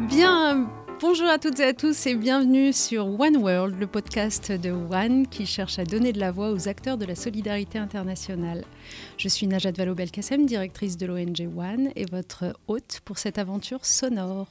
Bien, bonjour à toutes et à tous et bienvenue sur One World, le podcast de One qui cherche à donner de la voix aux acteurs de la solidarité internationale. Je suis Najat Vallaud-Belkacem, directrice de l'ONG One et votre hôte pour cette aventure sonore.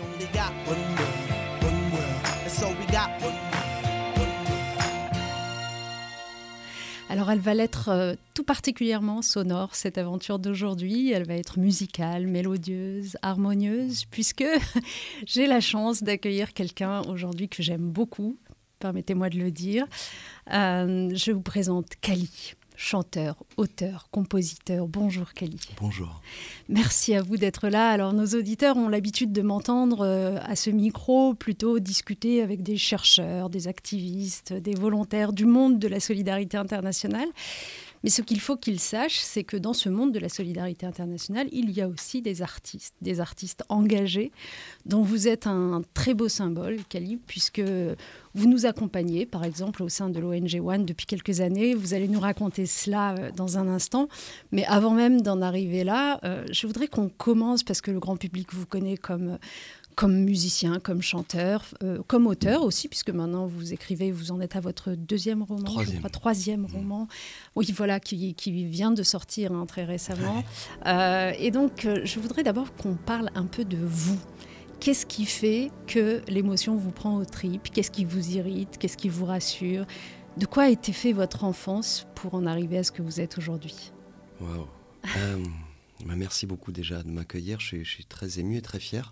Alors elle va l'être tout particulièrement sonore, cette aventure d'aujourd'hui. Elle va être musicale, mélodieuse, harmonieuse, puisque j'ai la chance d'accueillir quelqu'un aujourd'hui que j'aime beaucoup, permettez-moi de le dire. Je vous présente Kali, chanteur, auteur, compositeur. Bonjour Kali. Bonjour. Merci à vous d'être là. Alors nos auditeurs ont l'habitude de m'entendre à ce micro plutôt discuter avec des chercheurs, des activistes, des volontaires du monde de la solidarité internationale. Mais ce qu'il faut qu'ils sachent, c'est que dans ce monde de la solidarité internationale, il y a aussi des artistes engagés, dont vous êtes un très beau symbole, Kali, puisque vous nous accompagnez, par exemple, au sein de l'ONG One depuis quelques années. Vous allez nous raconter cela dans un instant. Mais avant même d'en arriver là, je voudrais qu'on commence, parce que le grand public vous connaît comme musicien, comme chanteur, comme auteur aussi, puisque maintenant vous écrivez, vous en êtes à votre deuxième roman, troisième roman, oui, voilà, qui vient de sortir très récemment. Et donc, je voudrais d'abord qu'on parle un peu de vous. Qu'est-ce qui fait que l'émotion vous prend aux tripes ? Qu'est-ce qui vous irrite ? Qu'est-ce qui vous rassure ? De quoi a été fait votre enfance pour en arriver à ce que vous êtes aujourd'hui ? Waouh. Merci beaucoup déjà de m'accueillir. Je suis très ému et très fier.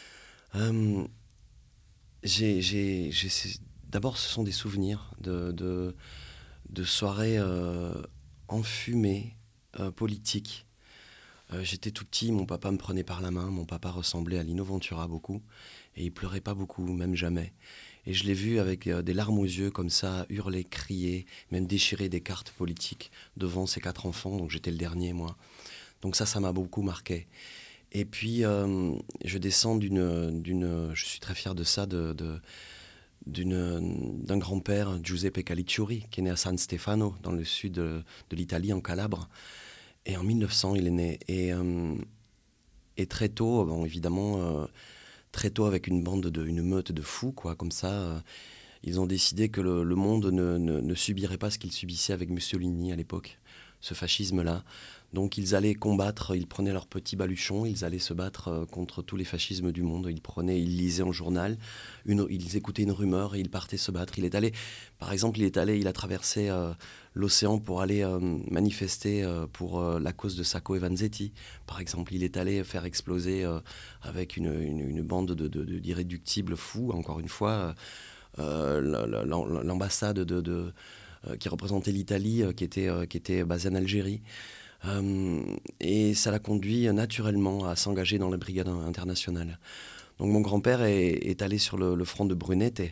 D'abord, ce sont des souvenirs de soirées enfumées, politiques. J'étais tout petit, mon papa me prenait par la main. Mon papa ressemblait à Lino Ventura beaucoup. Et il pleurait pas beaucoup, même jamais. Et je l'ai vu avec des larmes aux yeux, comme ça, hurler, crier, même déchirer des cartes politiques devant ses 4 enfants. Donc j'étais le dernier, moi. Donc ça m'a beaucoup marqué. Et puis, je descends je suis très fier de ça, d'un grand-père, Giuseppe Calicciuri, qui est né à San Stefano, dans le sud de l'Italie, en Calabre. Et en 1900, il est né. Et très tôt, évidemment, très tôt, avec une meute de fous, quoi, comme ça, ils ont décidé que le monde ne subirait pas ce qu'il subissait avec Mussolini à l'époque, ce fascisme-là. Donc ils allaient combattre, ils prenaient leurs petits baluchons, ils allaient se battre contre tous les fascismes du monde. Ils lisaient un journal, ils écoutaient une rumeur et ils partaient se battre. Il a traversé l'océan pour aller manifester pour la cause de Sacco et Vanzetti. Par exemple, il est allé faire exploser avec une bande d'irréductibles fous, encore une fois, l'ambassade qui représentait l'Italie, qui était basée en Algérie. Et ça l'a conduit naturellement à s'engager dans la brigade internationale. Donc mon grand-père est allé sur le front de Brunete,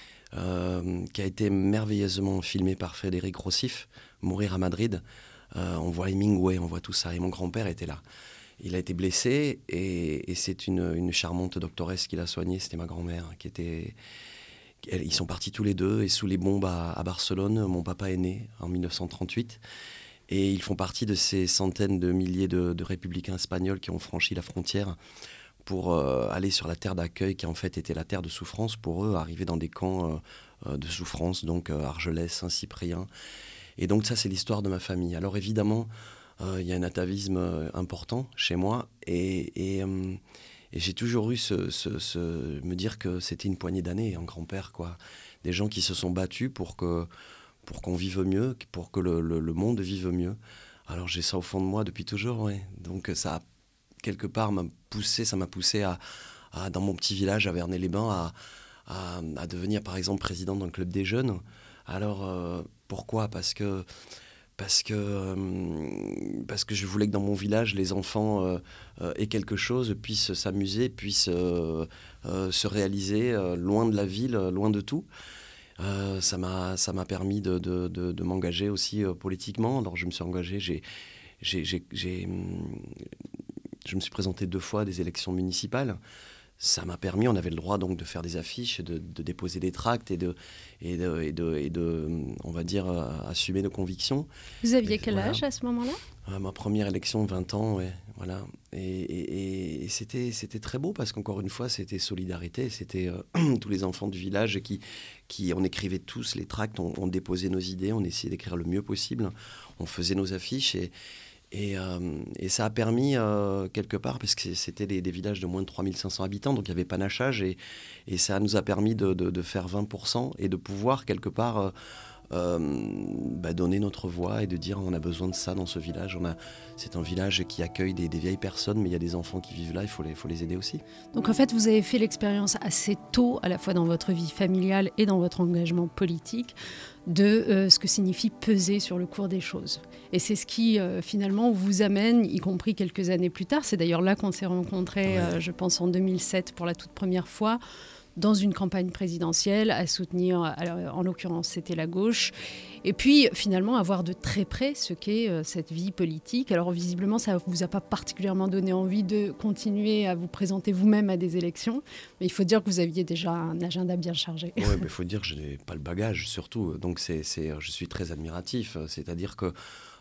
qui a été merveilleusement filmé par Frédéric Rossif, Mourir à Madrid. On voit Hemingway, on voit tout ça. Et mon grand-père était là. Il a été blessé et c'est une charmante doctoresse qui l'a soigné. C'était ma grand-mère qui était... Ils sont partis tous les deux et sous les bombes à Barcelone, mon papa est né en 1938. Et ils font partie de ces centaines de milliers de républicains espagnols qui ont franchi la frontière pour aller sur la terre d'accueil qui en fait était la terre de souffrance pour eux, arriver dans des camps de souffrance, donc Argelès, Saint-Cyprien. Et donc ça, c'est l'histoire de ma famille. Alors évidemment, il y a un atavisme important chez moi et j'ai toujours eu me dire que c'était une poignée d'années, un grand-père, quoi. Des gens qui se sont battus pour qu'on vive mieux, pour que le monde vive mieux. Alors j'ai ça au fond de moi depuis toujours, ouais. Donc ça, quelque part, ça m'a poussé à dans mon petit village à Vernay-les-Bains, à devenir par exemple président d'un club des jeunes. Alors pourquoi ? Parce que je voulais que dans mon village, les enfants aient quelque chose, puissent s'amuser, puissent se réaliser loin de la ville, loin de tout. Ça m'a permis de m'engager aussi politiquement. Alors je me suis engagé, je me suis présenté 2 fois à des élections municipales. ça m'a permis, on avait le droit donc de faire des affiches, de déposer des tracts et de on va dire, assumer nos convictions. Vous aviez quel âge à ce moment-là ? Ma première élection, 20 ans, ouais, voilà. Et c'était très beau parce qu'encore une fois, c'était solidarité. C'était tous les enfants du village qui on écrivait tous les tracts, on déposait nos idées, on essayait d'écrire le mieux possible, on faisait nos affiches et ça a permis, quelque part, parce que c'était des villages de moins de 3500 habitants, donc il y avait panachage, et ça nous a permis de faire 20% et de pouvoir, quelque part, donner notre voix et de dire on a besoin de ça dans ce village. C'est un village qui accueille des vieilles personnes, mais il y a des enfants qui vivent là, il faut les aider aussi. Donc en fait, vous avez fait l'expérience assez tôt, à la fois dans votre vie familiale et dans votre engagement politique, de ce que signifie peser sur le cours des choses. Et c'est ce qui, finalement, vous amène, y compris quelques années plus tard, c'est d'ailleurs là qu'on s'est rencontrés, je pense en 2007 pour la toute première fois, dans une campagne présidentielle, à soutenir, alors, en l'occurrence c'était la gauche, et puis finalement à voir de très près ce qu'est cette vie politique. Alors visiblement ça ne vous a pas particulièrement donné envie de continuer à vous présenter vous-même à des élections, mais il faut dire que vous aviez déjà un agenda bien chargé. Oui, mais il faut dire que je n'ai pas le bagage surtout, donc je suis très admiratif, c'est-à-dire que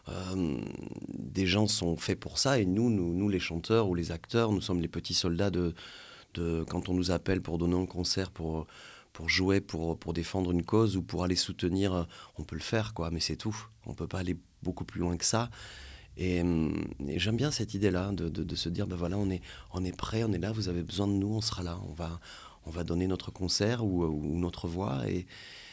des gens sont faits pour ça, et nous les chanteurs ou les acteurs, nous sommes les petits soldats quand on nous appelle pour donner un concert, pour jouer, pour défendre une cause ou pour aller soutenir, on peut le faire, quoi, mais c'est tout. On ne peut pas aller beaucoup plus loin que ça. Et j'aime bien cette idée-là, de se dire, ben voilà, on est prêt, on est là, vous avez besoin de nous, on sera là. On va donner notre concert ou notre voix, et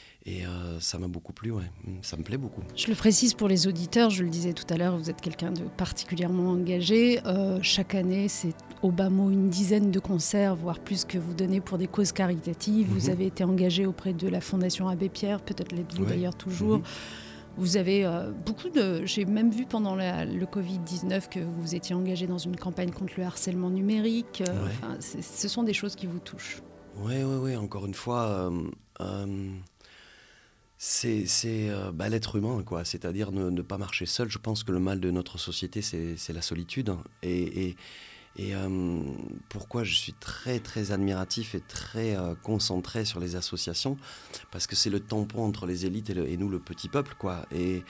ça m'a beaucoup plu, ouais. Ça me plaît beaucoup. Je le précise pour les auditeurs, je le disais tout à l'heure, vous êtes quelqu'un de particulièrement engagé. Chaque année, c'est au bas mot une dizaine de concerts, voire plus, que vous donnez pour des causes caritatives. Vous avez été engagé auprès de la Fondation Abbé Pierre, peut-être l'êtes-vous d'ailleurs toujours. Vous avez beaucoup de... J'ai même vu pendant le Covid-19 que vous étiez engagé dans une campagne contre le harcèlement numérique. Ce sont des choses qui vous touchent. Oui, encore une fois... c'est l'être humain, quoi. C'est-à-dire ne pas marcher seul. Je pense que le mal de notre société, c'est la solitude. Et pourquoi je suis très, très admiratif et très concentré sur les associations, parce que c'est le tampon entre les élites et nous, le petit peuple, quoi. Et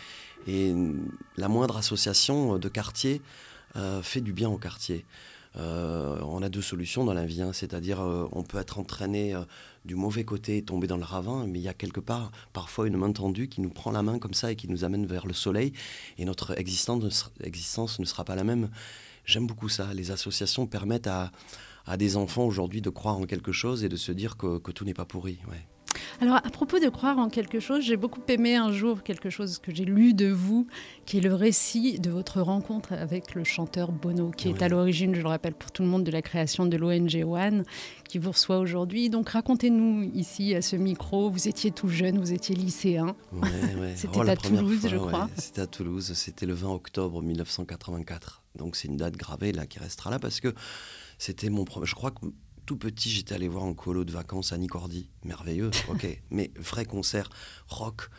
la moindre association de quartier fait du bien au quartier. On a deux solutions dans la vie, hein, c'est-à-dire on peut être entraîné du mauvais côté et tomber dans le ravin, mais il y a quelque part parfois une main tendue qui nous prend la main comme ça et qui nous amène vers le soleil, et notre existence ne sera pas la même. J'aime beaucoup ça. Les associations permettent à des enfants aujourd'hui de croire en quelque chose et de se dire que tout n'est pas pourri. Ouais. Alors, à propos de croire en quelque chose, j'ai beaucoup aimé un jour quelque chose que j'ai lu de vous, qui est le récit de votre rencontre avec le chanteur Bono, qui est à l'origine, je le rappelle pour tout le monde, de la création de l'ONG One, qui vous reçoit aujourd'hui. Donc, racontez-nous ici, à ce micro, vous étiez tout jeune, vous étiez lycéen. Ouais. C'était à Toulouse, je crois. Ouais, c'était à Toulouse, c'était le 20 octobre 1984. Donc, c'est une date gravée là, qui restera là, parce que c'était mon premier... Je crois que tout petit, j'étais allé voir en colo de vacances à Nicordi. Merveilleux, ok. Mais vrai concert, rock.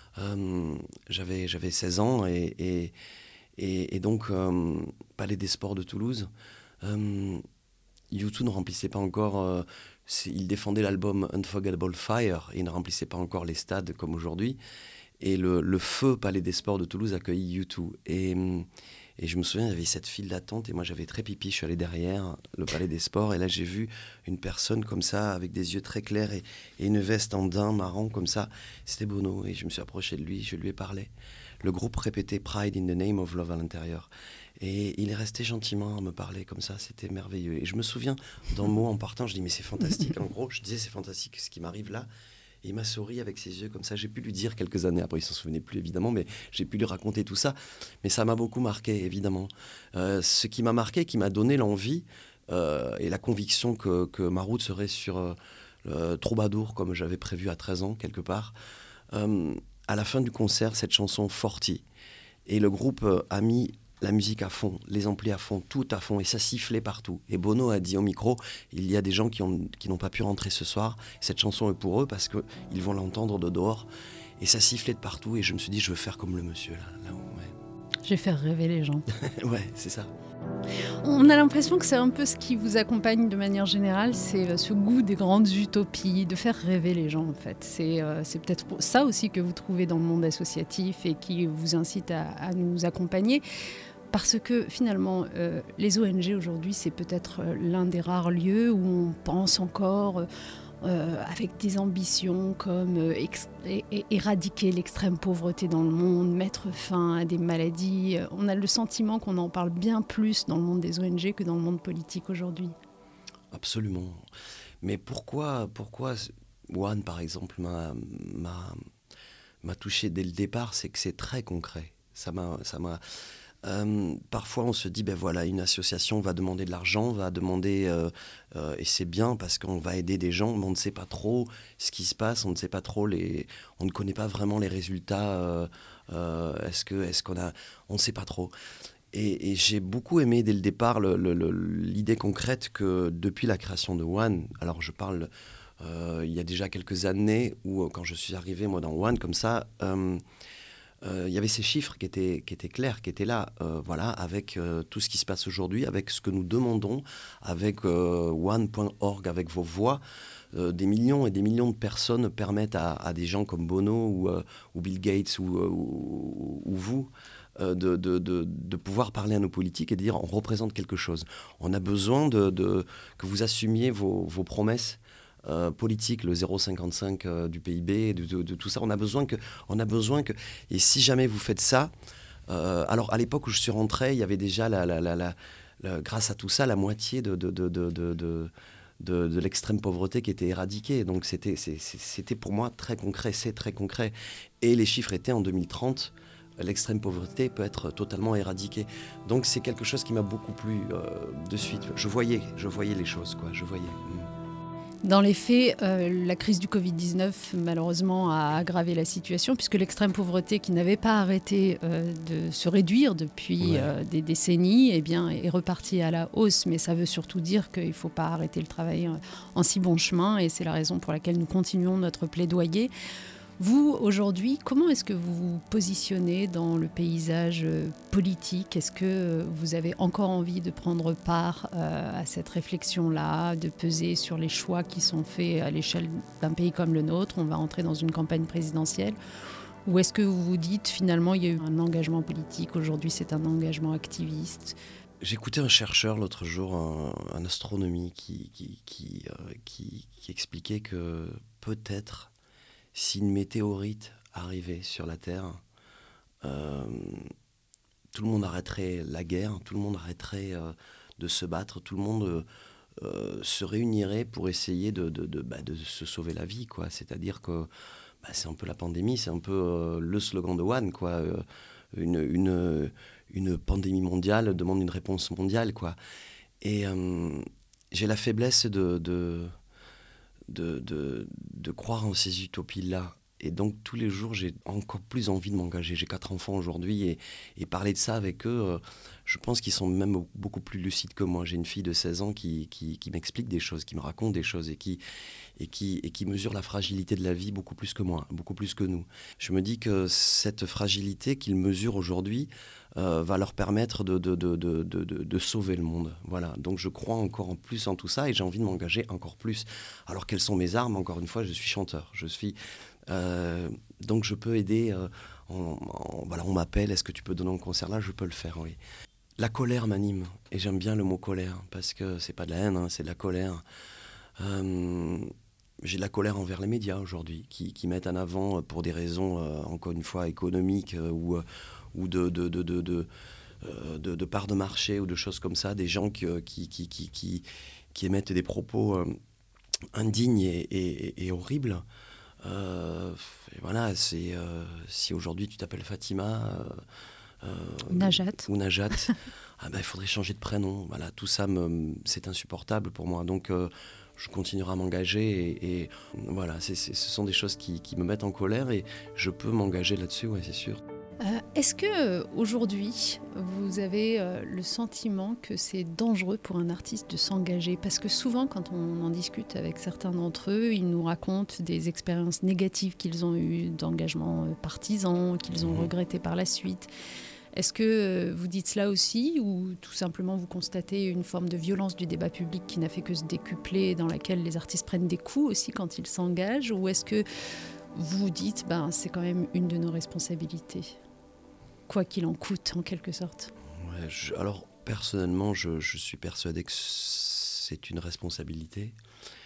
J'avais 16 ans et donc, Palais des Sports de Toulouse. U2 ne remplissait pas encore... il défendait l'album Unforgettable Fire et il ne remplissait pas encore les stades comme aujourd'hui. Et le feu Palais des Sports de Toulouse accueillit U2. Et je me souviens, il y avait cette file d'attente et moi j'avais très pipi, je suis allé derrière le Palais des Sports et là j'ai vu une personne comme ça avec des yeux très clairs et une veste en daim marron comme ça. C'était Bono et je me suis approché de lui, je lui ai parlé. Le groupe répétait Pride in the Name of Love à l'intérieur. Et il est resté gentiment à me parler comme ça, c'était merveilleux. Et je me souviens d'un mot en partant, je dis mais c'est fantastique. En gros, je disais c'est fantastique ce qui m'arrive là. Et il m'a souri avec ses yeux comme ça. J'ai pu lui dire quelques années après, il s'en souvenait plus évidemment, mais j'ai pu lui raconter tout ça. Mais ça m'a beaucoup marqué, évidemment. Ce qui m'a marqué, qui m'a donné l'envie et la conviction que ma route serait sur Troubadour, comme j'avais prévu à 13 ans, quelque part. À la fin du concert, cette chanson Forti. Et le groupe a mis la musique à fond, les amplis à fond, tout à fond, et ça sifflait partout. Et Bono a dit au micro, il y a des gens qui n'ont pas pu rentrer ce soir, cette chanson est pour eux parce qu'ils vont l'entendre de dehors. Et ça sifflait de partout, et je me suis dit, je veux faire comme le monsieur là-haut. Ouais. Je vais faire rêver les gens. Ouais, c'est ça. On a l'impression que c'est un peu ce qui vous accompagne de manière générale, c'est ce goût des grandes utopies, de faire rêver les gens en fait. C'est peut-être ça aussi que vous trouvez dans le monde associatif et qui vous incite à nous accompagner. Parce que finalement, les ONG aujourd'hui, c'est peut-être l'un des rares lieux où on pense encore avec des ambitions comme éradiquer l'extrême pauvreté dans le monde, mettre fin à des maladies. On a le sentiment qu'on en parle bien plus dans le monde des ONG que dans le monde politique aujourd'hui. Absolument. Mais pourquoi One, par exemple, m'a touché dès le départ, c'est que c'est très concret. Parfois, on se dit, ben voilà, une association va demander de l'argent, va demander, et c'est bien parce qu'on va aider des gens, mais on ne sait pas trop ce qui se passe, on ne sait pas trop on ne connaît pas vraiment les résultats. On ne sait pas trop. Et j'ai beaucoup aimé dès le départ l'idée concrète que depuis la création de One, alors je parle il y a déjà quelques années où quand je suis arrivé moi dans One comme ça. Il y avait ces chiffres qui étaient clairs, qui étaient là, voilà, avec tout ce qui se passe aujourd'hui, avec ce que nous demandons, avec one.org, avec vos voix. Des millions et des millions de personnes permettent à des gens comme Bono ou Bill Gates ou vous de pouvoir parler à nos politiques et de dire on représente quelque chose. On a besoin que vous assumiez vos promesses politique, le 0,55 du PIB, de tout ça. On a besoin que... Et si jamais vous faites ça... alors, à l'époque où je suis rentré, il y avait déjà, grâce à tout ça, la moitié de l'extrême pauvreté qui était éradiquée. Donc, c'était pour moi très concret. C'est très concret. Et les chiffres étaient en 2030... l'extrême pauvreté peut être totalement éradiquée. Donc, c'est quelque chose qui m'a beaucoup plu de suite. Je voyais les choses, quoi. Je voyais... Dans les faits, la crise du Covid-19, malheureusement, a aggravé la situation, puisque l'extrême pauvreté, qui n'avait pas arrêté de se réduire depuis des décennies, eh bien, est repartie à la hausse. Mais ça veut surtout dire qu'il ne faut pas arrêter le travail en si bon chemin, et c'est la raison pour laquelle nous continuons notre plaidoyer. Vous, aujourd'hui, comment est-ce que vous vous positionnez dans le paysage politique ? Est-ce que vous avez encore envie de prendre part à cette réflexion-là, de peser sur les choix qui sont faits à l'échelle d'un pays comme le nôtre ? On va entrer dans une campagne présidentielle. Ou est-ce que vous vous dites, finalement, il y a eu un engagement politique, aujourd'hui c'est un engagement activiste ? J'écoutais un chercheur l'autre jour en astronomie qui expliquait que peut-être si une météorite arrivait sur la Terre, tout le monde arrêterait la guerre, tout le monde arrêterait de se battre, tout le monde se réunirait pour essayer de se sauver la vie, quoi. C'est-à-dire que c'est un peu la pandémie, c'est un peu le slogan de One, quoi. Une pandémie mondiale demande une réponse mondiale, quoi. Et j'ai la faiblesse de croire en ces utopies-là. Et donc, tous les jours, j'ai encore plus envie de m'engager. J'ai 4 enfants aujourd'hui et parler de ça avec eux, je pense qu'ils sont même beaucoup plus lucides que moi. J'ai une fille de 16 ans qui m'explique des choses, qui me raconte des choses et qui mesure la fragilité de la vie beaucoup plus que moi, beaucoup plus que nous. Je me dis que cette fragilité qu'ils mesurent aujourd'hui va leur permettre de sauver le monde. Voilà. Donc je crois encore en plus en tout ça et j'ai envie de m'engager encore plus. Alors quelles sont mes armes ? Encore une fois, je suis chanteur. Donc je peux aider. Voilà, on m'appelle, est-ce que tu peux donner un concert là ? Je peux le faire, oui. La colère m'anime et j'aime bien le mot colère parce que c'est pas de la haine, hein, c'est de la colère. J'ai de la colère envers les médias aujourd'hui qui mettent en avant pour des raisons encore une fois économiques ou de part de marché ou de choses comme ça, des gens qui émettent des propos indignes et horribles. Et voilà, si aujourd'hui tu t'appelles Fatima Najat. ou Najat, il faudrait changer de prénom. Voilà, tout ça, c'est insupportable pour moi. Donc je continuerai à m'engager et voilà, ce sont des choses qui me mettent en colère et je peux m'engager là-dessus, ouais, c'est sûr. Est-ce que aujourd'hui vous avez le sentiment que c'est dangereux pour un artiste de s'engager ? Parce que souvent, quand on en discute avec certains d'entre eux, ils nous racontent des expériences négatives qu'ils ont eues, d'engagement partisan, qu'ils ont regretté par la suite. Est-ce que vous dites cela aussi, ou tout simplement vous constatez une forme de violence du débat public qui n'a fait que se décupler, dans laquelle les artistes prennent des coups aussi quand ils s'engagent, ou est-ce que vous vous dites c'est quand même une de nos responsabilités, quoi qu'il en coûte en quelque sorte? Ouais, alors personnellement, je suis persuadé que c'est une responsabilité.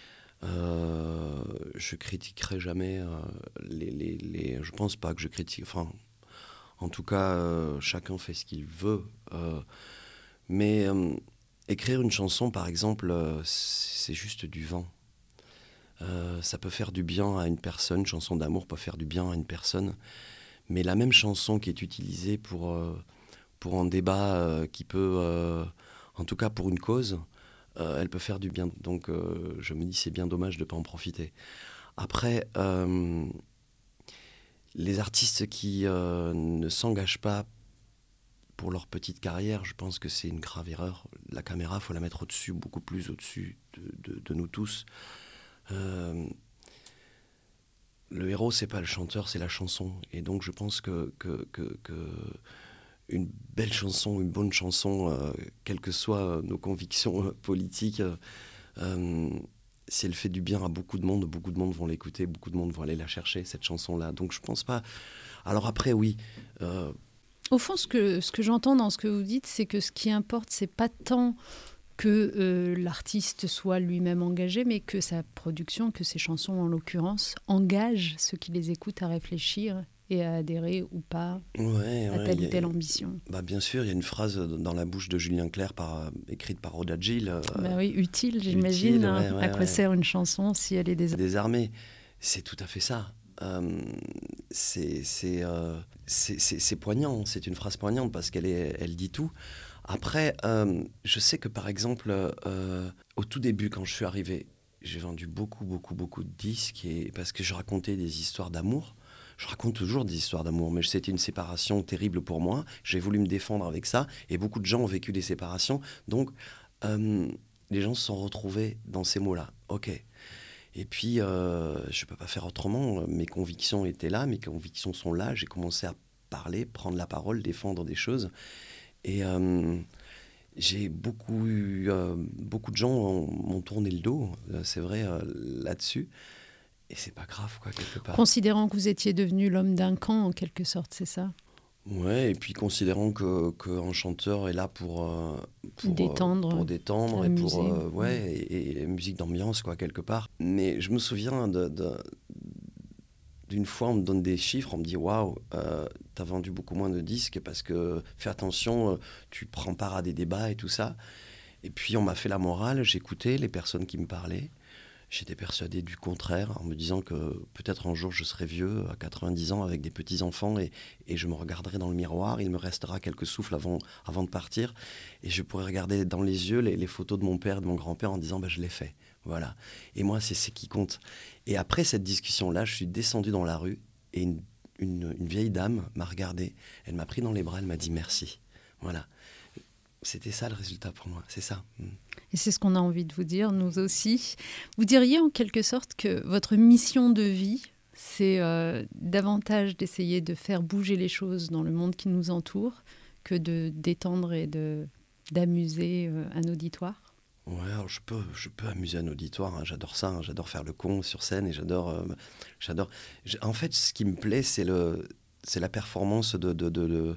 Je critiquerai jamais je pense pas que je critique. Enfin, en tout cas, chacun fait ce qu'il veut. Mais écrire une chanson, par exemple, c'est juste du vent. Ça peut faire du bien à une personne. Une chanson d'amour peut faire du bien à une personne. Mais la même chanson qui est utilisée pour un débat qui peut, en tout cas pour une cause, elle peut faire du bien. Donc je me dis c'est bien dommage de ne pas en profiter. Après, les artistes qui ne s'engagent pas pour leur petite carrière, je pense que c'est une grave erreur. La caméra, il faut la mettre au-dessus, beaucoup plus au-dessus de nous tous. Le héros, c'est pas le chanteur, c'est la chanson. Et donc je pense que une belle chanson, une bonne chanson, quelles que soient nos convictions politiques, si elle fait du bien à beaucoup de monde vont l'écouter, beaucoup de monde vont aller la chercher, cette chanson-là. Donc je pense pas... Alors après, oui... Au fond, ce que j'entends dans ce que vous dites, c'est que ce qui importe, c'est pas tant que l'artiste soit lui-même engagé, mais que sa production, que ses chansons en l'occurrence, engagent ceux qui les écoutent à réfléchir et à adhérer ou pas à telle ou telle ambition. Bien sûr, il y a une phrase dans la bouche de Julien Clerc écrite par Oda Gil. Oui, utile, j'imagine. À quoi sert une chanson si elle est désarmée? C'est tout à fait ça. C'est poignant, c'est une phrase poignante parce elle dit tout. Après, je sais que par exemple, au tout début, quand je suis arrivé, j'ai vendu beaucoup de disques parce que je racontais des histoires d'amour. Je raconte toujours des histoires d'amour, mais c'était une séparation terrible pour moi. J'ai voulu me défendre avec ça, et beaucoup de gens ont vécu des séparations. Donc, les gens se sont retrouvés dans ces mots-là. Ok. Et puis, je ne peux pas faire autrement. Mes convictions étaient là, mes convictions sont là. J'ai commencé à parler, prendre la parole, défendre des choses. Et j'ai beaucoup de gens m'ont tourné le dos, c'est vrai, là-dessus. Et c'est pas grave, quoi, quelque part. Considérant que vous étiez devenu l'homme d'un camp, en quelque sorte, c'est ça? Ouais, et puis considérant qu'un chanteur est là pour détendre et pour et musique d'ambiance, quoi, quelque part. Mais je me souviens d'une fois, on me donne des chiffres, on me dit waouh, t'as vendu beaucoup moins de disques parce que fais attention, tu prends part à des débats et tout ça. Et puis on m'a fait la morale, j'écoutais les personnes qui me parlaient. J'étais persuadé du contraire, en me disant que peut-être un jour je serai vieux, à 90 ans, avec des petits-enfants, et je me regarderai dans le miroir, il me restera quelques souffles avant de partir, et je pourrai regarder dans les yeux les photos de mon père et de mon grand-père en disant je l'ai fait. Voilà. Et moi, c'est ce qui compte. Et après cette discussion-là, je suis descendu dans la rue, et une vieille dame m'a regardé, elle m'a pris dans les bras, elle m'a dit merci. Voilà. C'était ça le résultat pour moi, c'est ça. Et c'est ce qu'on a envie de vous dire, nous aussi. Vous diriez en quelque sorte que votre mission de vie, c'est davantage d'essayer de faire bouger les choses dans le monde qui nous entoure que de détendre et d'amuser un auditoire? Ouais, alors je peux amuser un auditoire, hein, j'adore ça, hein, j'adore faire le con sur scène et j'adore. En fait, ce qui me plaît, c'est la performance de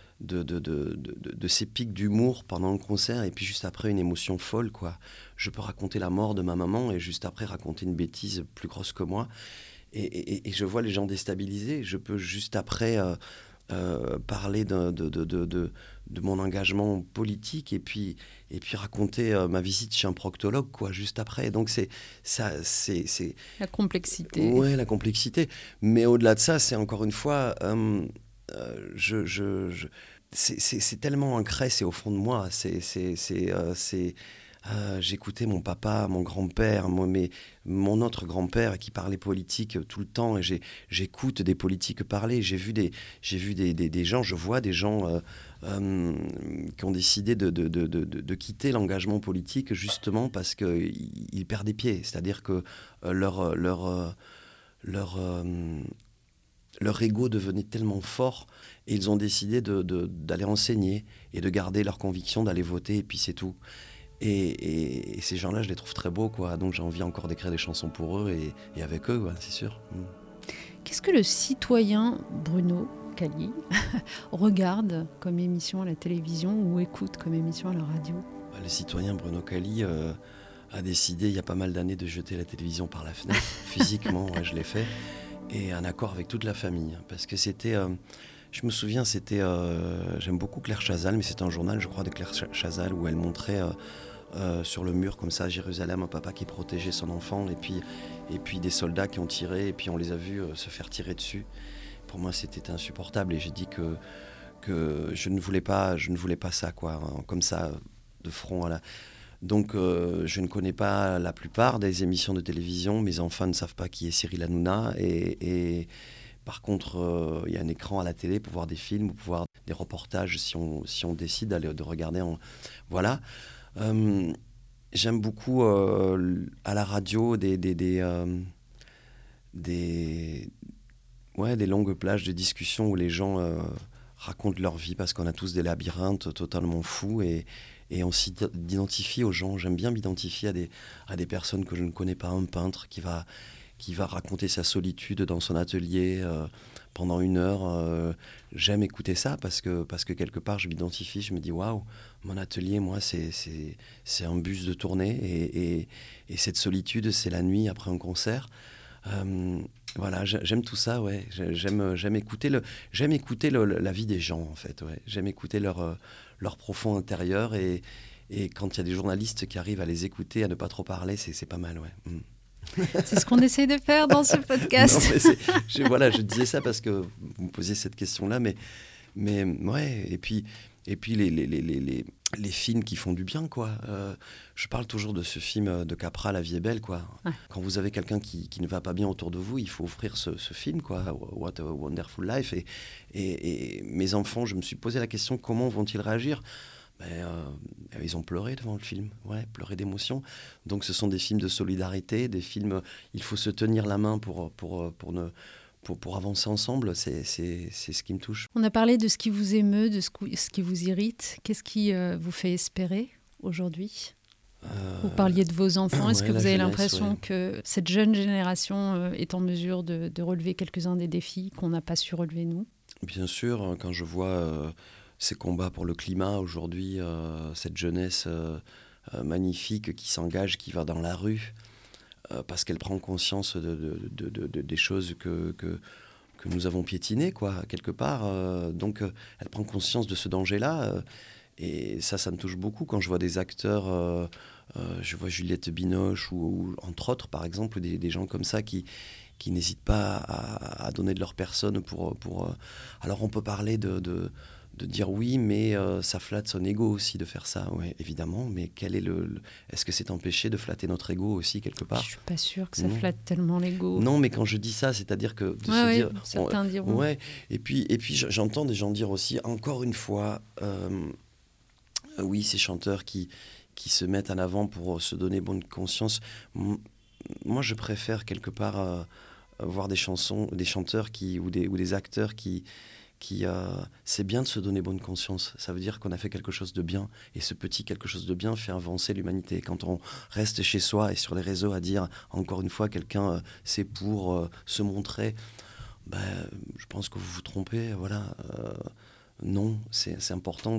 ces pics d'humour pendant le concert et puis juste après une émotion folle, quoi. Je peux raconter la mort de ma maman et juste après raconter une bêtise plus grosse que moi et je vois les gens déstabilisés. Je peux juste après parler de mon engagement politique et puis raconter ma visite chez un proctologue, quoi, juste après. Donc c'est la complexité. Ouais, la complexité. Mais au-delà de ça, c'est encore une fois... c'est tellement ancré, c'est au fond de moi. J'écoutais mon papa, mon grand-père, mon autre grand-père qui parlait politique tout le temps, et j'écoute des politiques parler. J'ai vu des gens, je vois des gens qui ont décidé de quitter l'engagement politique justement parce qu'ils perdent des pieds. C'est-à-dire que leur leur ego devenait tellement fort et ils ont décidé d'aller enseigner et de garder leur conviction, d'aller voter et puis c'est tout. Et ces gens-là, je les trouve très beaux, quoi. Donc j'ai envie encore d'écrire des chansons pour eux et avec eux, ouais, c'est sûr. Qu'est-ce que le citoyen Bruno Catali regarde comme émission à la télévision ou écoute comme émission à la radio? Le citoyen Bruno Catali a décidé il y a pas mal d'années de jeter la télévision par la fenêtre. Physiquement, ouais, je l'ai fait. Et un accord avec toute la famille. Parce que c'était... je me souviens, c'était... j'aime beaucoup Claire Chazal, mais c'était un journal, je crois, de Claire Chazal où elle montrait... sur le mur comme ça à Jérusalem, un papa qui protégeait son enfant et puis des soldats qui ont tiré et puis on les a vus se faire tirer dessus. Pour moi c'était insupportable et j'ai dit que je ne voulais pas ça quoi, comme ça de front à la... Donc je ne connais pas la plupart des émissions de télévision, mes enfants ne savent pas qui est Cyril Hanouna et par contre il y a un écran à la télé pour voir des films ou pour voir des reportages si on décide de regarder voilà. J'aime beaucoup à la radio des longues plages de discussion où les gens racontent leur vie parce qu'on a tous des labyrinthes totalement fous et on s'identifie aux gens. J'aime bien m'identifier à des personnes que je ne connais pas, un peintre qui va raconter sa solitude dans son atelier pendant 1 heure. J'aime écouter ça parce que quelque part je m'identifie, je me dis waouh, mon atelier, moi, c'est un bus de tournée et cette solitude, c'est la nuit après un concert. Voilà, j'aime tout ça, ouais. J'aime écouter la vie des gens, en fait. Ouais. J'aime écouter leur profond intérieur et quand il y a des journalistes qui arrivent à les écouter, à ne pas trop parler, c'est pas mal, ouais. C'est ce qu'on essaie de faire dans ce podcast. Non, mais je disais ça parce que vous me posiez cette question-là, mais ouais, et puis les films qui font du bien, quoi. Je parle toujours de ce film de Capra, La vie est belle, quoi. Ouais. Quand vous avez quelqu'un qui ne va pas bien autour de vous, il faut offrir ce film, quoi. What a Wonderful Life. Et mes enfants, je me suis posé la question, comment vont-ils réagir ? Ils ont pleuré devant le film, ouais, pleuré d'émotion. Donc ce sont des films de solidarité, des films, il faut se tenir la main pour avancer ensemble, c'est ce qui me touche. On a parlé de ce qui vous émeut, de ce qui vous irrite. Qu'est-ce qui vous fait espérer aujourd'hui ? Vous parliez de vos enfants. Est-ce que vous avez l'impression que cette jeune génération est en mesure de relever quelques-uns des défis qu'on n'a pas su relever nous ? Bien sûr, quand je vois ces combats pour le climat aujourd'hui, cette jeunesse magnifique qui s'engage, qui va dans la rue, parce qu'elle prend conscience des choses que nous avons piétinées, quoi, quelque part. Donc, elle prend conscience de ce danger-là. Et ça me touche beaucoup quand je vois des acteurs, je vois Juliette Binoche ou entre autres, par exemple, des gens comme ça qui n'hésitent pas à donner de leur personne pour alors, on peut parler de dire oui, mais ça flatte son ego aussi de faire ça, ouais, évidemment. Mais est-ce que c'est empêché de flatter notre ego aussi quelque part ? Je suis pas sûre que ça flatte tellement l'ego. Non, mais quand je dis ça, c'est-à-dire que se dire, certains diront. Ouais. Et puis j'entends des gens dire aussi, encore une fois, oui, ces chanteurs qui se mettent en avant pour se donner bonne conscience. Moi, je préfère quelque part voir des chanteurs ou des acteurs qui c'est bien de se donner bonne conscience. Ça veut dire qu'on a fait quelque chose de bien. Et ce petit quelque chose de bien fait avancer l'humanité. Quand on reste chez soi et sur les réseaux à dire, encore une fois, quelqu'un, c'est pour se montrer, je pense que vous vous trompez. Voilà. Non, c'est important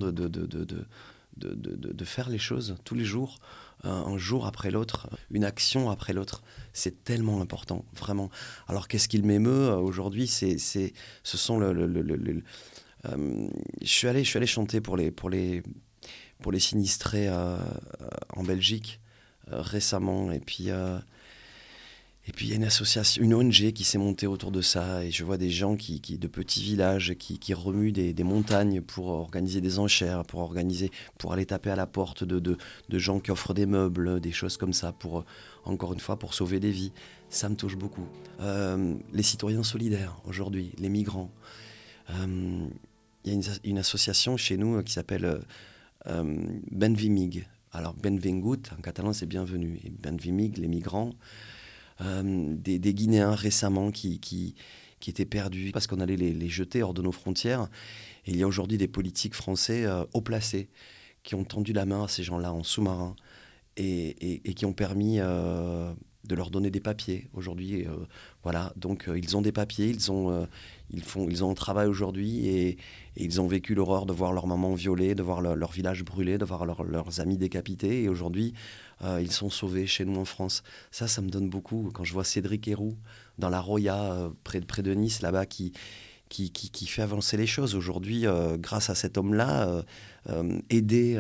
de faire les choses tous les jours, un jour après l'autre, une action après l'autre. C'est tellement important, vraiment. Alors qu'est-ce qu'il m'émeut aujourd'hui, ce sont je suis allé chanter pour les sinistrés en Belgique récemment, et puis il y a une association, une ONG qui s'est montée autour de ça, et je vois des gens de petits villages qui remuent des montagnes pour organiser des enchères, pour aller taper à la porte de gens qui offrent des meubles, des choses comme ça, encore une fois, pour sauver des vies. Ça me touche beaucoup. Les citoyens solidaires, aujourd'hui, les migrants. Il y a une association chez nous qui s'appelle Benvimig. Alors, Benvingut, en catalan, c'est bienvenue. Et Benvimig, les migrants. Des Guinéens récemment qui qui étaient perdus parce qu'on allait les jeter hors de nos frontières. Et il y a aujourd'hui des politiques français haut placés qui ont tendu la main à ces gens-là en sous-marin et qui ont permis de leur donner des papiers. Aujourd'hui, voilà, donc ils ont des papiers, ils ont un travail aujourd'hui et ils ont vécu l'horreur de voir leur maman violée, de voir leur village brûlé, de voir leurs amis décapités. Et aujourd'hui, ils sont sauvés chez nous en France. Ça me donne beaucoup. Quand je vois Cédric Héroux dans la Roya, près de Nice, là-bas, qui fait avancer les choses. Aujourd'hui, grâce à cet homme-là, aider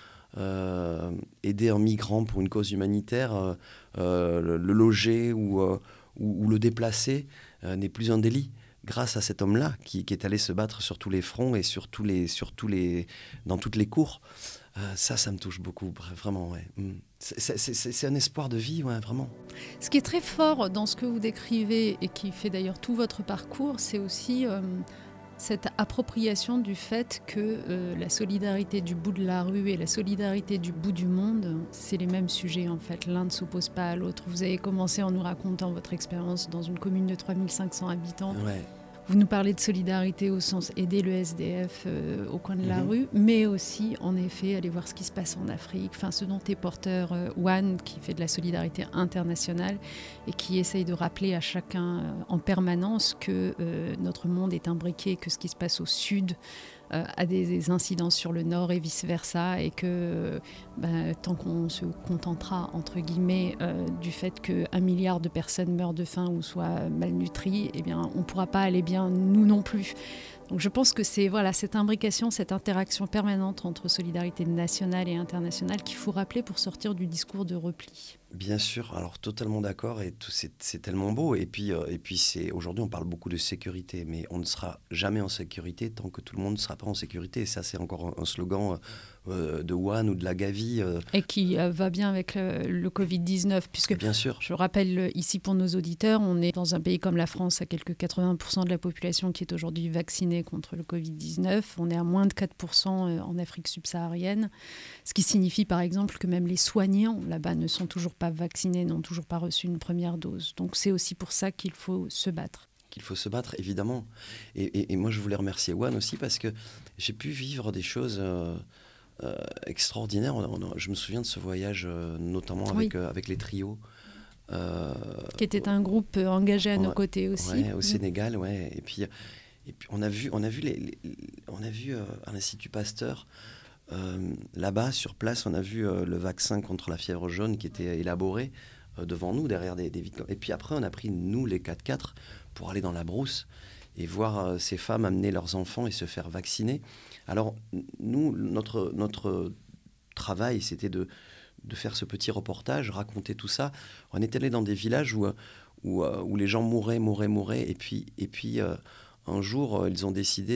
un migrant pour une cause humanitaire, le loger ou le déplacer n'est plus un délit. Grâce à cet homme-là qui est allé se battre sur tous les fronts et dans toutes les cours, ça me touche beaucoup, vraiment. Ouais. C'est un espoir de vie, ouais, vraiment. Ce qui est très fort dans ce que vous décrivez et qui fait d'ailleurs tout votre parcours, c'est aussi cette appropriation du fait que la solidarité du bout de la rue et la solidarité du bout du monde, c'est les mêmes sujets en fait. L'un ne s'oppose pas à l'autre. Vous avez commencé en nous racontant votre expérience dans une commune de 3500 habitants. Ouais. Vous nous parlez de solidarité au sens aider le SDF au coin de la rue, mais aussi, en effet, aller voir ce qui se passe en Afrique. Enfin, ce dont est porteur One, qui fait de la solidarité internationale et qui essaye de rappeler à chacun en permanence que notre monde est imbriqué, que ce qui se passe au sud a des incidences sur le nord et vice-versa, et que tant qu'on se contentera, entre guillemets, du fait qu'1 milliard de personnes meurent de faim ou soient malnutries, eh bien, on ne pourra pas aller bien, nous non plus. Donc je pense que c'est cette imbrication, cette interaction permanente entre solidarité nationale et internationale qu'il faut rappeler pour sortir du discours de repli. Bien sûr, alors totalement d'accord, et c'est tellement beau. Et puis aujourd'hui, on parle beaucoup de sécurité, mais on ne sera jamais en sécurité tant que tout le monde ne sera pas en sécurité. Et ça, c'est encore un slogan de One ou de la Gavi. Et qui va bien avec le Covid-19, puisque bien sûr. Je rappelle ici pour nos auditeurs, on est dans un pays comme la France à quelques 80% de la population qui est aujourd'hui vaccinée contre le Covid-19. On est à moins de 4% en Afrique subsaharienne, ce qui signifie par exemple que même les soignants là-bas ne sont toujours pas vaccinés, n'ont toujours pas reçu une première dose. Donc c'est aussi pour ça qu'il faut se battre. Qu'il faut se battre, évidemment. Et moi, je voulais remercier One aussi parce que j'ai pu vivre des choses extraordinaires. Je me souviens de ce voyage, notamment avec les trios. Qui était un groupe engagé à nos côtés aussi. Ouais, au Sénégal, ouais. Et puis on a vu à l'Institut Pasteur, là-bas, sur place, on a vu le vaccin contre la fièvre jaune qui était élaboré devant nous, derrière des vitres. Et puis après, on a pris, nous, les 4x4, pour aller dans la brousse et voir ces femmes amener leurs enfants et se faire vacciner. Alors, nous, notre travail, c'était de faire ce petit reportage, raconter tout ça. On est allé dans des villages où les gens mouraient. Et puis un jour, ils ont décidé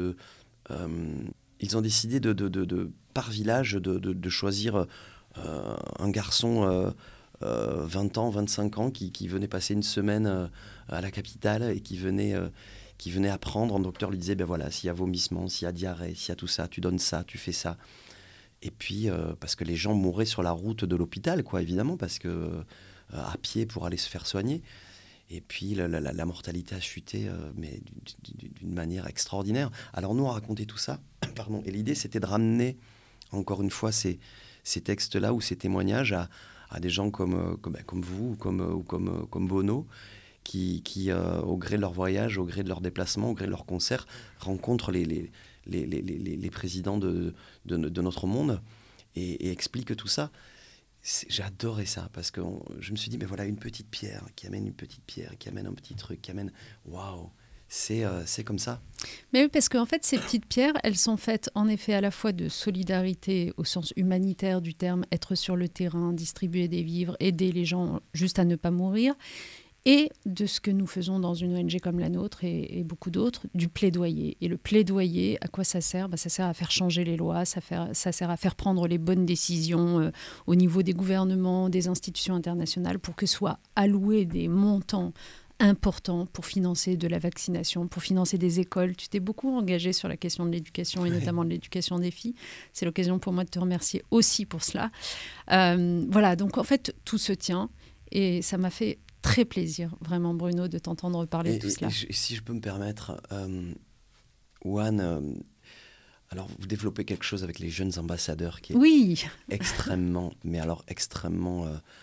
par village, de choisir un garçon 20 ans, 25 ans, qui venait passer une semaine à la capitale et qui venait apprendre. Un docteur lui disait, voilà, s'il y a vomissement, s'il y a diarrhée, s'il y a tout ça, tu donnes ça, tu fais ça. Et puis, parce que les gens mouraient sur la route de l'hôpital, quoi, évidemment, parce que à pied pour aller se faire soigner. Et puis, la mortalité a chuté, mais d'une manière extraordinaire. Alors, nous, on racontait tout ça, pardon. Et l'idée, c'était de ramener, encore une fois, ces textes-là ou ces témoignages à des gens comme vous, ou comme Bono, qui au gré de leur voyage, au gré de leur déplacement, au gré de leur concert, rencontrent les présidents de notre monde et expliquent tout ça. J'ai adoré ça, parce que je me suis dit, voilà, une petite pierre qui amène une petite pierre, qui amène un petit truc, qui amène... Waouh, c'est comme ça. Mais oui, parce qu'en fait, ces petites pierres, elles sont faites en effet à la fois de solidarité au sens humanitaire du terme, être sur le terrain, distribuer des vivres, aider les gens juste à ne pas mourir, et de ce que nous faisons dans une ONG comme la nôtre et beaucoup d'autres, du plaidoyer. Et le plaidoyer, à quoi ça sert ? Ça sert à faire changer les lois, ça sert à faire prendre les bonnes décisions au niveau des gouvernements, des institutions internationales, pour que soient alloués des montants importants pour financer de la vaccination, pour financer des écoles. Tu t'es beaucoup engagé sur la question de l'éducation et notamment de l'éducation des filles. C'est l'occasion pour moi de te remercier aussi pour cela. Voilà, donc en fait, tout se tient et ça m'a fait très plaisir, vraiment, Bruno, de t'entendre parler de tout cela. Et si je peux me permettre, One, alors vous développez quelque chose avec les jeunes ambassadeurs qui est extrêmement, mais alors extrêmement...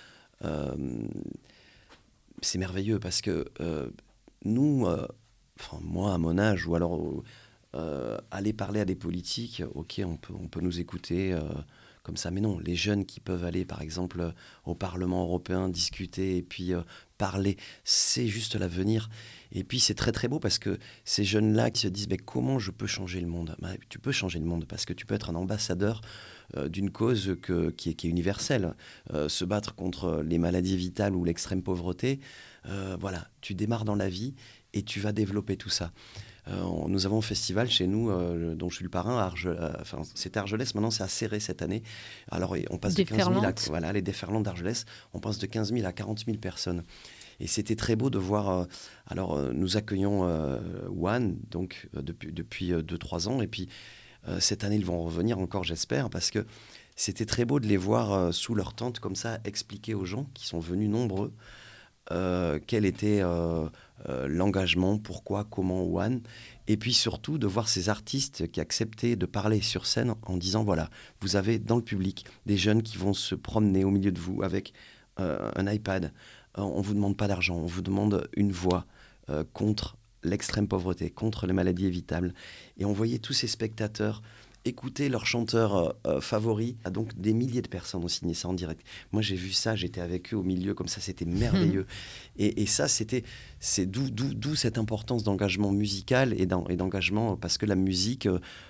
c'est merveilleux parce que nous, moi à mon âge, ou alors aller parler à des politiques, ok, on peut nous écouter comme ça, mais non, les jeunes qui peuvent aller par exemple au Parlement européen, discuter et puis parler, c'est juste l'avenir. Et puis c'est très très beau parce que ces jeunes-là qui se disent comment je peux changer le monde, tu peux changer le monde parce que tu peux être un ambassadeur d'une cause qui est universelle. Se battre contre les maladies vitales ou l'extrême pauvreté, voilà, tu démarres dans la vie et tu vas développer tout ça. Nous avons un festival chez nous dont je suis le parrain, c'était Argelès, maintenant c'est à Céré cette année. Alors on passe de 15 000 à, voilà, les déferlantes d'Argelès, on passe de 15 000 à 40 000 personnes. Et c'était très beau de voir. Nous accueillons One donc, depuis 2-3 ans. Et puis cette année, ils vont revenir encore, j'espère, parce que c'était très beau de les voir sous leur tente, comme ça, expliquer aux gens qui sont venus nombreux quel était l'engagement, pourquoi, comment One. Et puis surtout de voir ces artistes qui acceptaient de parler sur scène en disant voilà, vous avez dans le public des jeunes qui vont se promener au milieu de vous avec un iPad. On ne vous demande pas d'argent, on vous demande une voix contre l'extrême pauvreté, contre les maladies évitables. Et on voyait tous ces spectateurs écouter leur chanteur favori. Donc des milliers de personnes ont signé ça en direct. Moi j'ai vu ça, j'étais avec eux au milieu comme ça, c'était merveilleux. Et ça c'est d'où cette importance d'engagement musical et d'engagement, parce que la musique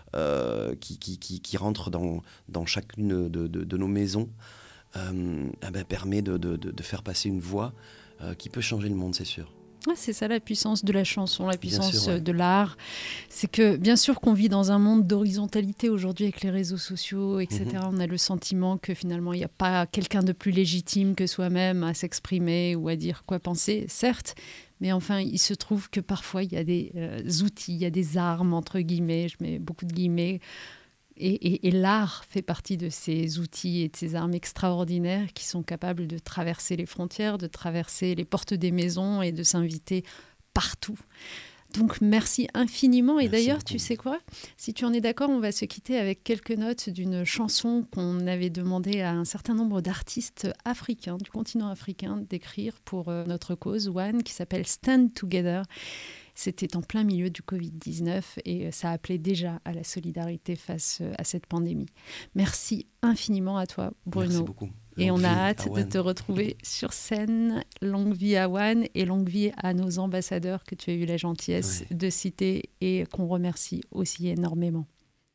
qui rentre dans chacune de nos maisons permet de faire passer une voix qui peut changer le monde, c'est sûr. C'est ça la puissance de la chanson, la puissance de l'art. C'est que bien sûr qu'on vit dans un monde d'horizontalité aujourd'hui avec les réseaux sociaux, etc. On a le sentiment que finalement il n'y a pas quelqu'un de plus légitime que soi-même à s'exprimer ou à dire quoi penser, certes. Mais enfin, il se trouve que parfois il y a des outils, il y a des armes, entre guillemets, je mets beaucoup de guillemets. Et l'art fait partie de ces outils et de ces armes extraordinaires qui sont capables de traverser les frontières, de traverser les portes des maisons et de s'inviter partout. Donc merci infiniment. Et d'ailleurs, tu sais quoi ? Si tu en es d'accord, on va se quitter avec quelques notes d'une chanson qu'on avait demandé à un certain nombre d'artistes africains, du continent africain, d'écrire pour notre cause, One, qui s'appelle « Stand Together ». C'était en plein milieu du Covid-19 et ça appelait déjà à la solidarité face à cette pandémie. Merci infiniment à toi, Bruno. Merci beaucoup. Et on a hâte de te retrouver sur scène. Longue vie à One et longue vie à nos ambassadeurs que tu as eu la gentillesse de citer et qu'on remercie aussi énormément.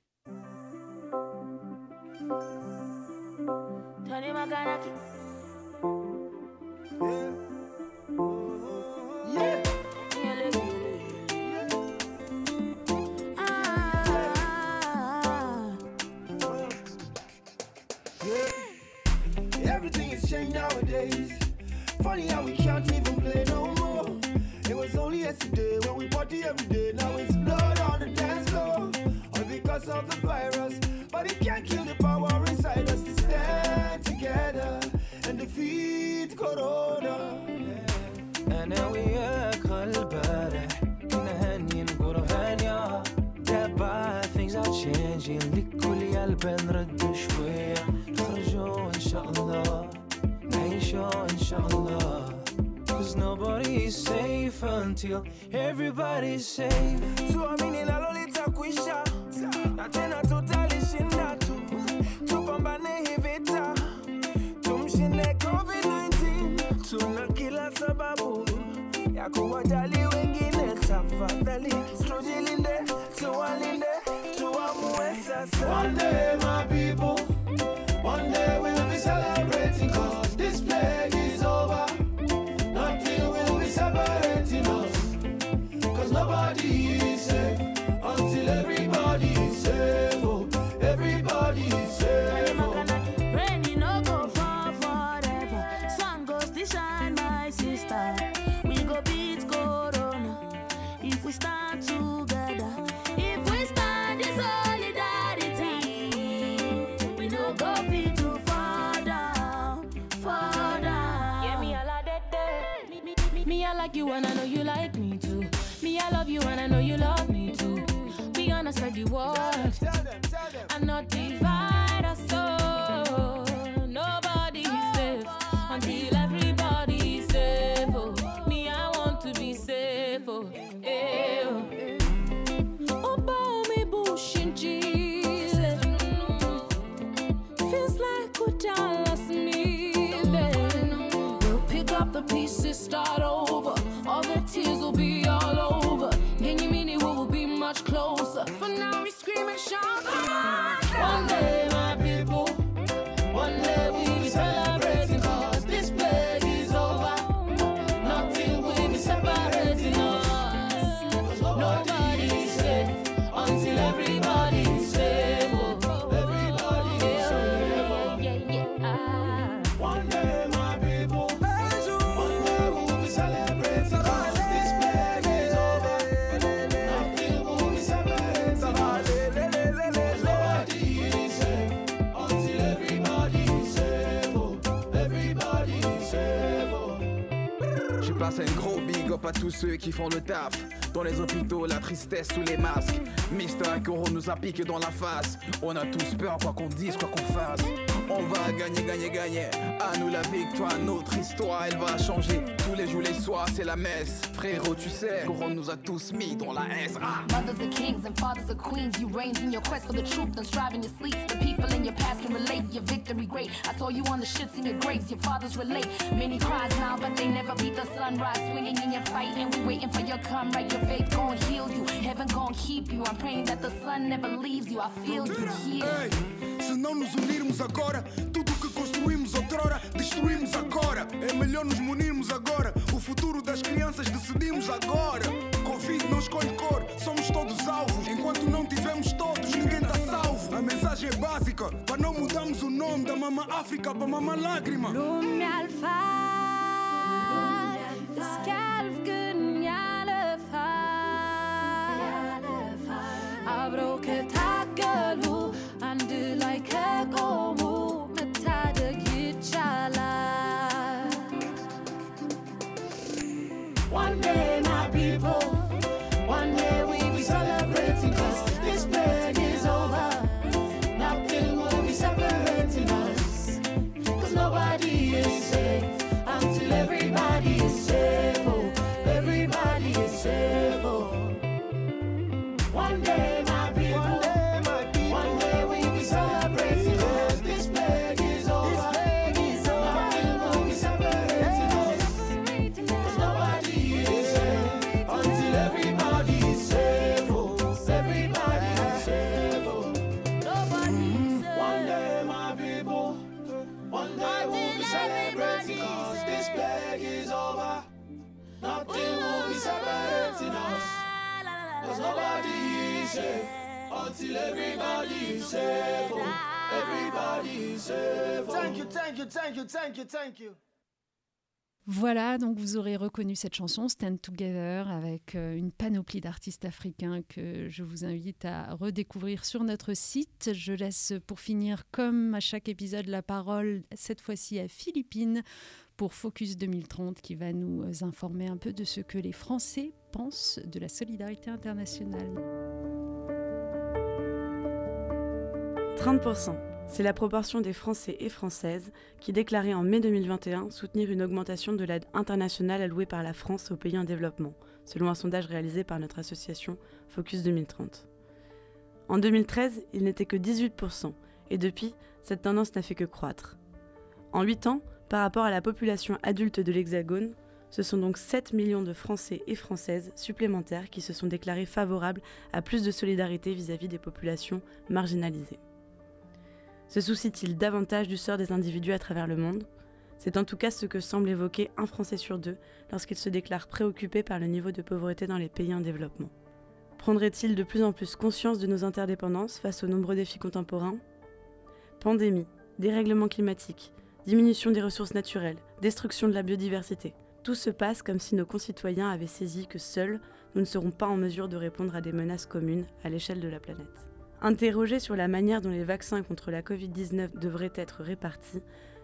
Nowadays, funny how we can't even play no more. It was only yesterday when we party every day. Now it's blood on the dance floor, all because of the virus. But it can't kill the power inside us to stand together and defeat Corona. أنا وياك البارح كنا هانيين نقولوا هانية. دابا things are changing لكل قلب نرد شوية نخرجوا إن شاء الله. Inshallah, cause nobody is safe until everybody's safe. Tuamini la lolita kuisha, na tena tutalishinda tu. Tupambane hii vita, tumshinde COVID-19. Tuna kila sababu ya kuwajali wengine. Tafadhali tujilinde, tuwalinde, tuamue sasa. One day my people, one day we'll be celebrating cause this plague is over. Nothing will be separating us. Cause nobody is safe until everybody is safe. Oh, everybody is safe. Oh. Rain no go fall forever. Sun goes to shine, my sister. We go beat Corona if we stand together. If we stand in solidarity, we no go beat too far down, far down. Yeah, me all a dead. Me like you and I know you like me too. Me, I love you and I know you love me too. We gonna spread the word and not divide us so. Nobody is safe until everybody is safe. Oh, me, I want to be safe. Oh, eh, oh. Oh, boy, me bush in jail. Feels like we done lost me. We'll pick up the pieces, start over. All the tears will be all over. Can you mean it will be much closer? For now we scream and shout. One day, my people, one day we'll be celebrating, cause this plague is over. Nothing will be separating us. Nobody is safe until everybody is safe. Everybody is safe. One day, my people, one day we'll be celebrating, cause this plague is over. Nothing will be separating us. Nobody is safe until everybody is safe. Everybody is safe. J'ai passé un gros big up à tous ceux qui font le taf. Dans les hôpitaux, la tristesse sous les masques. Mister Corona nous a piqué dans la face. On a tous peur, quoi qu'on dise, quoi qu'on fasse. On va gagner, gagner, gagner. À nous la victoire, notre histoire, elle va changer. Tous les jours, les soirs, c'est la messe. Frérot, tu sais, Corona nous a tous mis dans la S. Mothers are kings and fathers are queens. You reign in your quest for the truth and strive in your sleep. The people in your past can relate, your victory great. I saw you on the shits in your graves, your fathers relate. Many cries now, but they never beat the sunrise. Swinging in your fight and we waiting for your come right. Your faith gon' heal you, heaven gon' keep you. I'm praying that the sun never leaves you. I feel you here. Ei, se não nos unirmos agora, tudo que construímos outrora, destruímos agora. É melhor nos munirmos agora. O futuro das crianças decidimos agora. Covid não escolhe cor, somos todos alvos. Enquanto não tivermos todos, ninguém tá salvo. A mensagem é básica, para não mudarmos o nome da Mama África para Mama Lágrima. One day, my people, one day we'll be celebrating, cause this plague is over. Nothing will be separating us, cause nobody is safe until everybody is safe. Oh, everybody is safe. Oh. One day, my people, one day we'll be celebrating, cause this plague is over. Nothing will be separating us, cause nobody is safe until everybody is safe. Oh, everybody is safe. Oh. Nobody is safe. One day, my people, one day we'll be celebrating, cause this plague is over. Nothing will be separating us, cause nobody is safe until everybody is safe. Oh, everybody is safe. Oh. Thank you, thank you, thank you, thank you, thank you. Voilà, donc vous aurez reconnu cette chanson Stand Together avec une panoplie d'artistes africains que je vous invite à redécouvrir sur notre site. Je laisse pour finir, comme à chaque épisode, la parole cette fois-ci à Philippine pour Focus 2030 qui va nous informer un peu de ce que les Français pensent de la solidarité internationale. 30%. C'est la proportion des Français et Françaises qui déclaraient en mai 2021 soutenir une augmentation de l'aide internationale allouée par la France aux pays en développement, selon un sondage réalisé par notre association Focus 2030. En 2013, il n'était que 18%, et depuis, cette tendance n'a fait que croître. En 8 ans, par rapport à la population adulte de l'Hexagone, ce sont donc 7 millions de Français et Françaises supplémentaires qui se sont déclarés favorables à plus de solidarité vis-à-vis des populations marginalisées. Se soucie-t-il davantage du sort des individus à travers le monde ? C'est en tout cas ce que semble évoquer un Français sur deux lorsqu'il se déclare préoccupé par le niveau de pauvreté dans les pays en développement. Prendrait-il de plus en plus conscience de nos interdépendances face aux nombreux défis contemporains ? Pandémie, dérèglement climatique, diminution des ressources naturelles, destruction de la biodiversité. Tout se passe comme si nos concitoyens avaient saisi que seuls, nous ne serons pas en mesure de répondre à des menaces communes à l'échelle de la planète. Interrogé sur la manière dont les vaccins contre la Covid-19 devraient être répartis,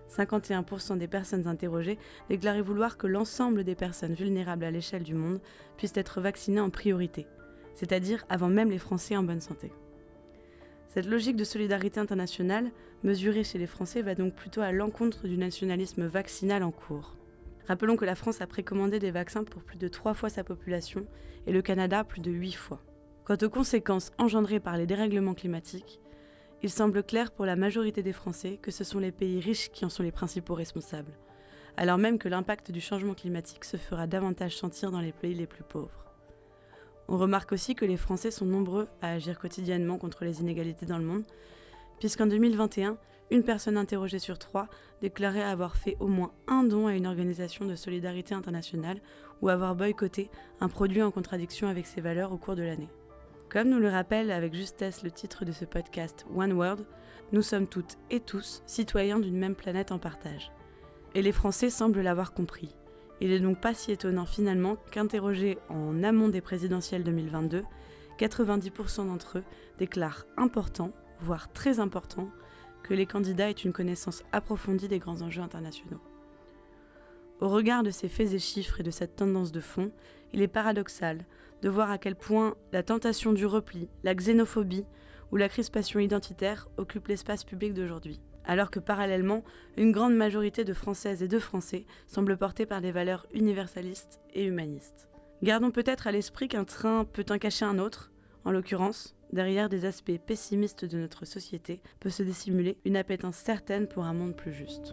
51% des personnes interrogées déclaraient vouloir que l'ensemble des personnes vulnérables à l'échelle du monde puissent être vaccinées en priorité, c'est-à-dire avant même les Français en bonne santé. Cette logique de solidarité internationale, mesurée chez les Français, va donc plutôt à l'encontre du nationalisme vaccinal en cours. Rappelons que la France a précommandé des vaccins pour plus de 3 fois sa population et le Canada plus de 8 fois. Quant aux conséquences engendrées par les dérèglements climatiques, il semble clair pour la majorité des Français que ce sont les pays riches qui en sont les principaux responsables, alors même que l'impact du changement climatique se fera davantage sentir dans les pays les plus pauvres. On remarque aussi que les Français sont nombreux à agir quotidiennement contre les inégalités dans le monde, puisqu'en 2021, une personne interrogée sur 3 déclarait avoir fait au moins un don à une organisation de solidarité internationale ou avoir boycotté un produit en contradiction avec ses valeurs au cours de l'année. Comme nous le rappelle avec justesse le titre de ce podcast One World, nous sommes toutes et tous citoyens d'une même planète en partage. Et les Français semblent l'avoir compris. Il n'est donc pas si étonnant finalement qu'interrogés en amont des présidentielles 2022, 90% d'entre eux déclarent important, voire très important, que les candidats aient une connaissance approfondie des grands enjeux internationaux. Au regard de ces faits et chiffres et de cette tendance de fond, il est paradoxal de voir à quel point la tentation du repli, la xénophobie ou la crispation identitaire occupent l'espace public d'aujourd'hui, alors que parallèlement, une grande majorité de Françaises et de Français semblent portés par des valeurs universalistes et humanistes. Gardons peut-être à l'esprit qu'un train peut en cacher un autre, en l'occurrence, derrière des aspects pessimistes de notre société, peut se dissimuler une appétence certaine pour un monde plus juste.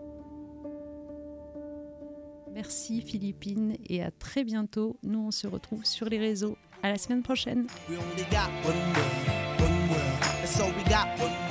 Merci Philippine et à très bientôt. Nous, on se retrouve sur les réseaux. À la semaine prochaine. We only got one world, that's all we got.